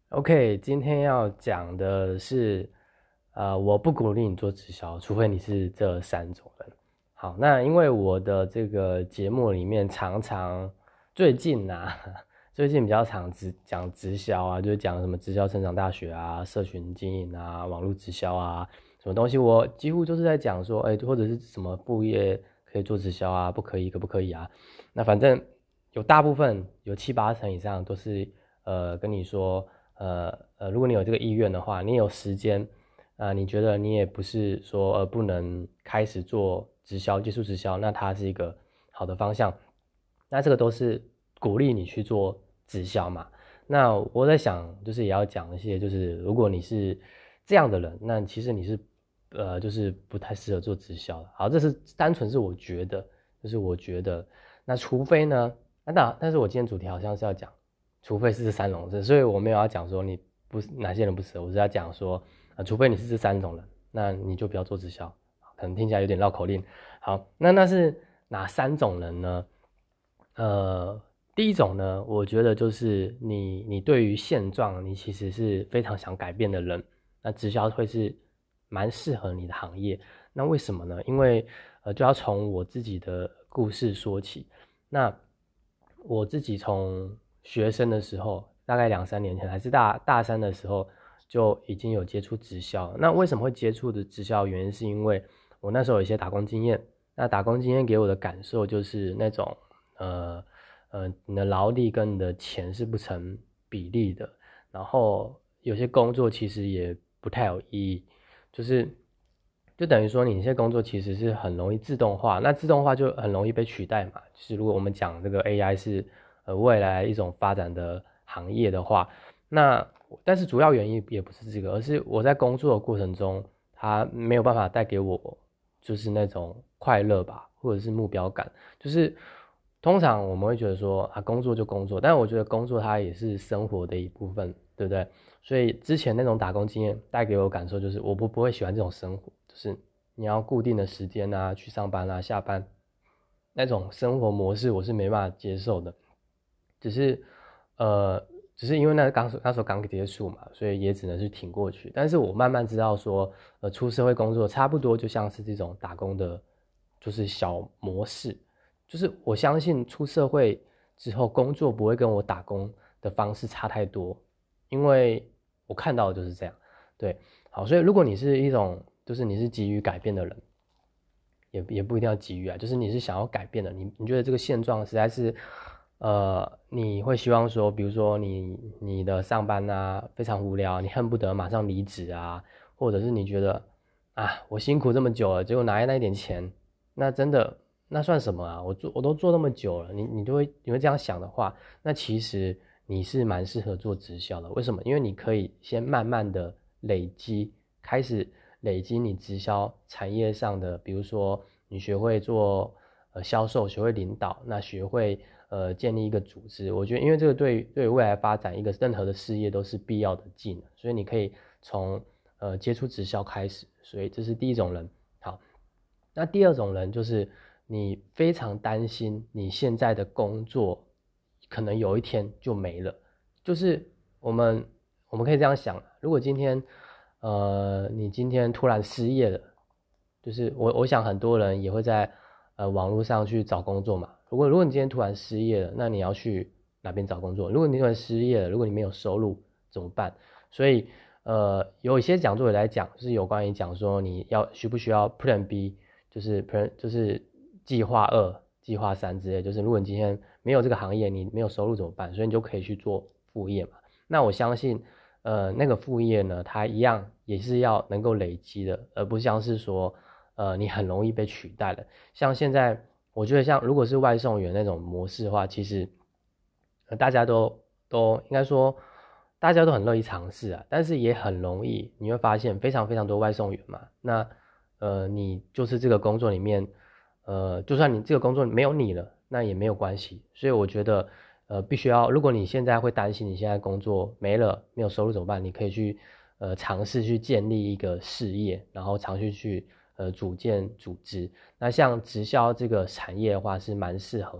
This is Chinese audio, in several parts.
OK，今天要讲的是，我不鼓励你做直销，除非你是这三种人。好，那因为我的这个节目里面常常最近啊，最近比较常讲直销啊，就是讲什么直销成长大学啊、社群经营啊、网络直销啊，什么东西，我几乎就是在讲说，或者是什么副业可以做直销啊，不可以，可不可以啊？那反正有大部分有7、8成以上都是跟你说。如果你有这个意愿的话，你有时间，你觉得你也不是说不能开始做直销、接触直销，那它是一个好的方向。那这个都是鼓励你去做直销嘛。那我在想，就是也要讲一些，就是如果你是这样的人，那其实你是就是不太适合做直销的。好，这是单纯是我觉得，就是我觉得，那除非呢，但是我今天主题好像是要讲。除非是这三种人，所以我没有要讲说你不是哪些人不适合，我是要讲说，除非你是这三种人，那你就不要做直销，可能听起来有点绕口令。好，那是哪三种人呢？第一种呢，我觉得就是你对于现状，你其实是非常想改变的人，那直销会是蛮适合你的行业。那为什么呢？因为就要从我自己的故事说起。那我自己从学生的时候，大概2、3年前，还是大三的时候，就已经有接触直销。那为什么会接触的直销？原因是因为我那时候有一些打工经验。那打工经验给我的感受就是那种，你的劳力跟你的钱是不成比例的。然后有些工作其实也不太有意义，就等于说你这些工作其实是很容易自动化，那自动化就很容易被取代嘛。就是如果我们讲这个 AI 是未来一种发展的行业的话，那但是主要原因也不是这个，而是我在工作的过程中，它没有办法带给我就是那种快乐吧，或者是目标感。就是通常我们会觉得说工作就工作，但是我觉得工作它也是生活的一部分，对不对？所以之前那种打工经验带给我感受就是我不会喜欢这种生活，就是你要固定的时间啊去上班啊下班那种生活模式我是没办法接受的。只是呃只是因为那时候刚结束嘛，所以也只能是挺过去。但是我慢慢知道说出社会工作差不多就像是这种打工的就是小模式，就是我相信出社会之后工作不会跟我打工的方式差太多，因为我看到的就是这样。对，好，所以如果你是一种就是你是急于改变的人，也不一定要急于啊，就是你是想要改变的，你觉得这个现状实在是，你会希望说，比如说你的上班啊非常无聊，你恨不得马上离职啊，或者是你觉得我辛苦这么久了，结果拿那一点钱，那真的那算什么啊？我都做那么久了，你会这样想的话，那其实你是蛮适合做直销的。为什么？因为你可以先慢慢的累积，开始累积你直销产业上的，比如说你学会做销售，学会领导，那学会建立一个组织。我觉得，因为这个对未来发展一个任何的事业都是必要的技能，所以你可以从接触直销开始。所以这是第一种人。好，那第二种人就是你非常担心你现在的工作可能有一天就没了。就是我们可以这样想，如果今天你今天突然失业了，就是我想很多人也会在网络上去找工作嘛。如果你今天突然失业了，那你要去哪边找工作？如果你突然失业了，如果你没有收入怎么办？所以有一些讲座也来讲，就是有关于讲说需不需要 Plan B，就是计划2、计划3之类。就是如果你今天没有这个行业，你没有收入怎么办？所以你就可以去做副业嘛。那我相信那个副业呢，它一样也是要能够累积的，而不像是说你很容易被取代的。像现在我觉得像如果是外送员那种模式的话，其实大家都应该说大家都很乐意尝试啊，但是也很容易你会发现非常非常多外送员嘛。那你就是这个工作里面就算你这个工作没有你了，那也没有关系。所以我觉得必须要，如果你现在会担心你现在工作没了没有收入怎么办，你可以去尝试去建立一个事业，然后尝试去组建组织。那像直销这个产业的话是蛮适合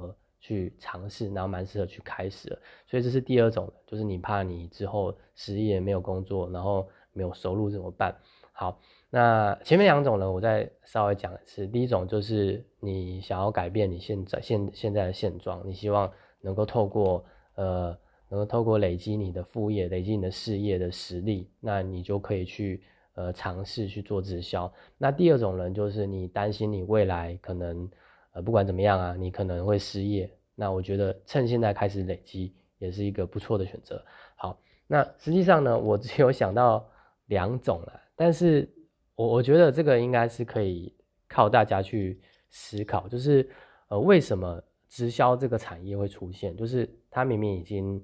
去尝试，然后蛮适合去开始的。所以这是第二种，就是你怕你之后失业没有工作，然后没有收入怎么办？好，那前面两种呢，我再稍微讲一次。第一种就是你想要改变你现在的现状，你希望能够透过累积你的副业，累积你的事业的实力，那你就可以去尝试去做直销。那第二种人就是你担心你未来可能不管怎么样啊，你可能会失业，那我觉得趁现在开始累积也是一个不错的选择。好，那实际上呢，我只有想到两种啦，但是我觉得这个应该是可以靠大家去思考，就是为什么直销这个产业会出现？就是它明明已经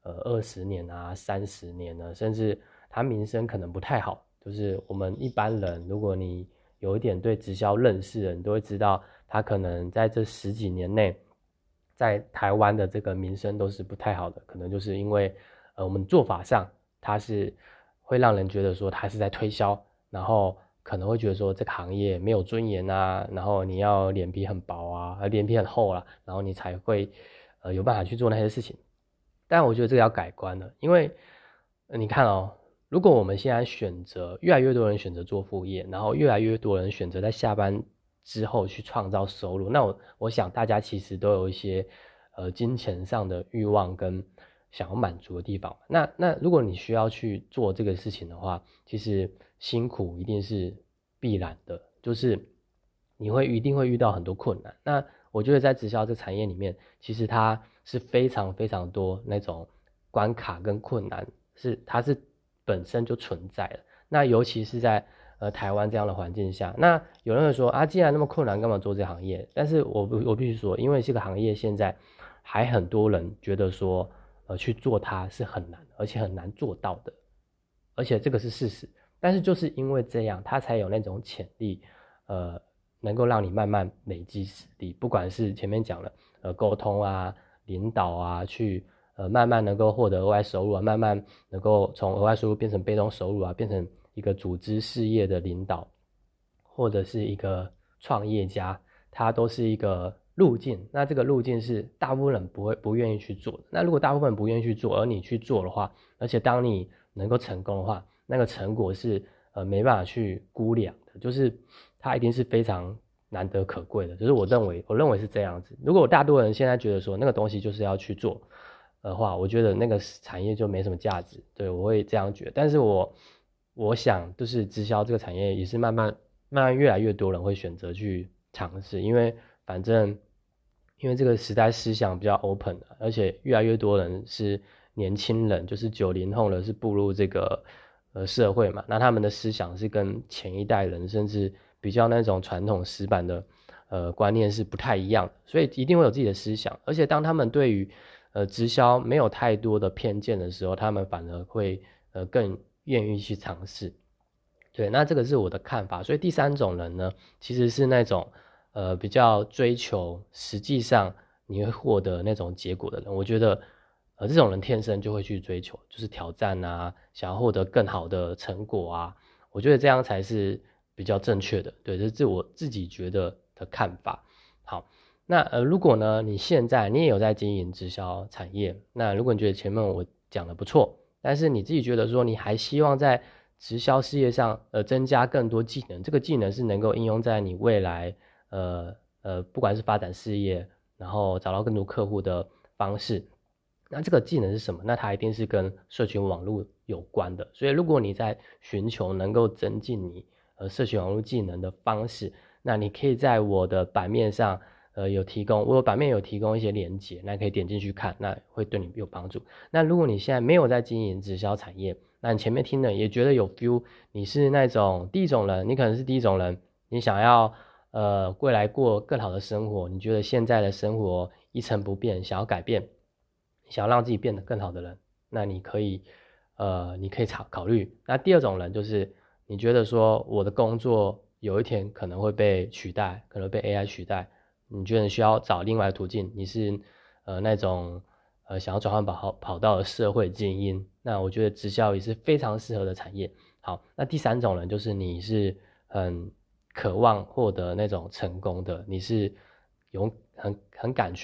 20年啊30年了，甚至它名声可能不太好，就是我们一般人，如果你有一点对直销认识的，你都会知道它可能在这10几年内，在台湾的这个名声都是不太好的，可能就是因为我们做法上它是会让人觉得说它是在推销，然后可能会觉得说这个行业没有尊严啊，然后你要脸皮很薄啊，脸皮很厚啦，然后你才会有办法去做那些事情。但我觉得这个要改观了，因为你看哦，如果我们现在选择越来越多人选择做副业，然后越来越多人选择在下班之后去创造收入，那我想大家其实都有一些金钱上的欲望跟想要满足的地方。那如果你需要去做这个事情的话，其实辛苦一定是必然的，就是你一定会遇到很多困难。那我觉得在直销这产业里面，其实它是非常非常多那种关卡跟困难，它是本身就存在的。那尤其是在台湾这样的环境下，那有人会说啊，既然那么困难，干嘛做这个行业？但是我必须说，因为这个行业现在还很多人觉得说，去做它是很难，而且很难做到的，而且这个是事实。但是就是因为这样，它才有那种潜力，能够让你慢慢累积实力，不管是前面讲了，沟通啊、领导啊，去慢慢能够获得额外收入啊，慢慢能够从额外收入变成被动收入啊，变成一个组织事业的领导，或者是一个创业家，它都是一个路径。那这个路径是大部分人不愿意去做的。那如果大部分人不愿意去做，而你去做的话，而且当你能够成功的话，那个成果是没办法去估量的，就是它一定是非常难得可贵的。就是我认为是这样子。如果大多人现在觉得说那个东西就是要去做的话，我觉得那个产业就没什么价值。对，我会这样觉得。但是我想就是直销这个产业也是慢慢越来越多人会选择去尝试，因为反正因为这个时代思想比较 open， 而且越来越多人是年轻人，就是90后了，是步入这个社会嘛，那他们的思想是跟前一代人甚至比较那种传统死板的观念是不太一样的，所以一定会有自己的思想，而且当他们对于直销没有太多的偏见的时候，他们反而会更愿意去尝试。对，那这个是我的看法。所以第三种人呢，其实是那种比较追求实际上你会获得那种结果的人。我觉得这种人天生就会去追求，就是挑战啊，想要获得更好的成果啊。我觉得这样才是比较正确的。对，这是我自己觉得的看法。好，那如果呢你现在你也有在经营直销产业，那如果你觉得前面我讲的不错，但是你自己觉得说你还希望在直销事业上增加更多技能，这个技能是能够应用在你未来不管是发展事业，然后找到更多客户的方式。那这个技能是什么？那它一定是跟社群网络有关的。所以如果你在寻求能够增进你社群网络技能的方式，那你可以在我的版面上我有版面有提供一些连结，那可以点进去看，那会对你有帮助。那如果你现在没有在经营直销产业，那你前面听了也觉得有 feel， 你是那种第一种人，你可能是第一种人，你想要未来过更好的生活，你觉得现在的生活一成不变，想要改变，想要让自己变得更好的人，那你可以考虑。那第二种人就是你觉得说我的工作有一天可能会被取代，可能被 AI 取代，你觉得你需要找另外的途径，你是那种想要转换跑道的社会精英，那我觉得直销也是非常适合的产业。好，那第三种人就是你是很渴望获得那种成功的，你是很敢去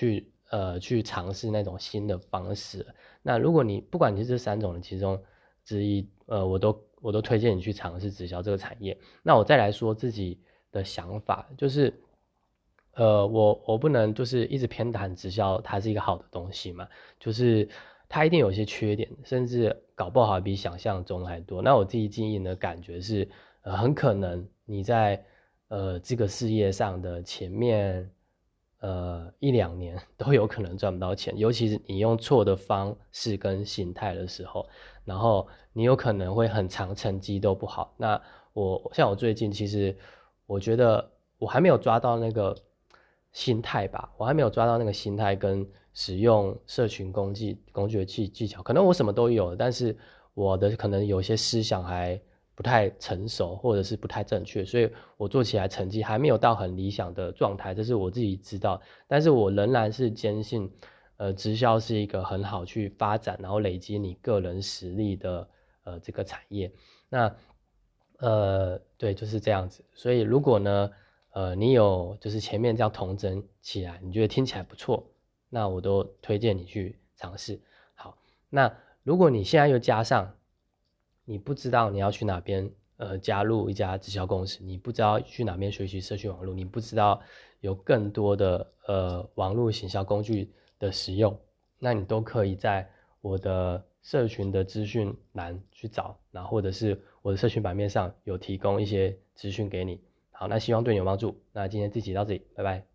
去尝试那种新的方式。那如果不管你是这3种的其中之一，我都推荐你去尝试直销这个产业。那我再来说自己的想法，就是我不能就是一直偏袒直销它是一个好的东西嘛，就是它一定有一些缺点，甚至搞不好比想象中还多。那我自己经营的感觉是，很可能你在这个事业上的前面1-2年都有可能赚不到钱，尤其是你用错的方式跟心态的时候，然后你有可能会很长成绩都不好。那像我最近其实我觉得我还没有抓到那个心态吧，我还没有抓到那个心态跟使用社群工具的技巧，可能我什么都有，但是我的可能有些思想还不太成熟，或者是不太正确，所以我做起来成绩还没有到很理想的状态，这是我自己知道。但是我仍然是坚信，直销是一个很好去发展，然后累积你个人实力的这个产业。那对，就是这样子。所以如果呢，你有就是前面这样统整起来，你觉得听起来不错，那我都推荐你去尝试。好，那如果你现在又加上你不知道你要去哪边加入一家直销公司，你不知道去哪边学习社区网络，你不知道有更多的网络行销工具的使用，那你都可以在我的社群的资讯栏去找，然后或者是我的社群版面上有提供一些资讯给你。好，那希望对你有帮助。那今天这集到这里，拜拜。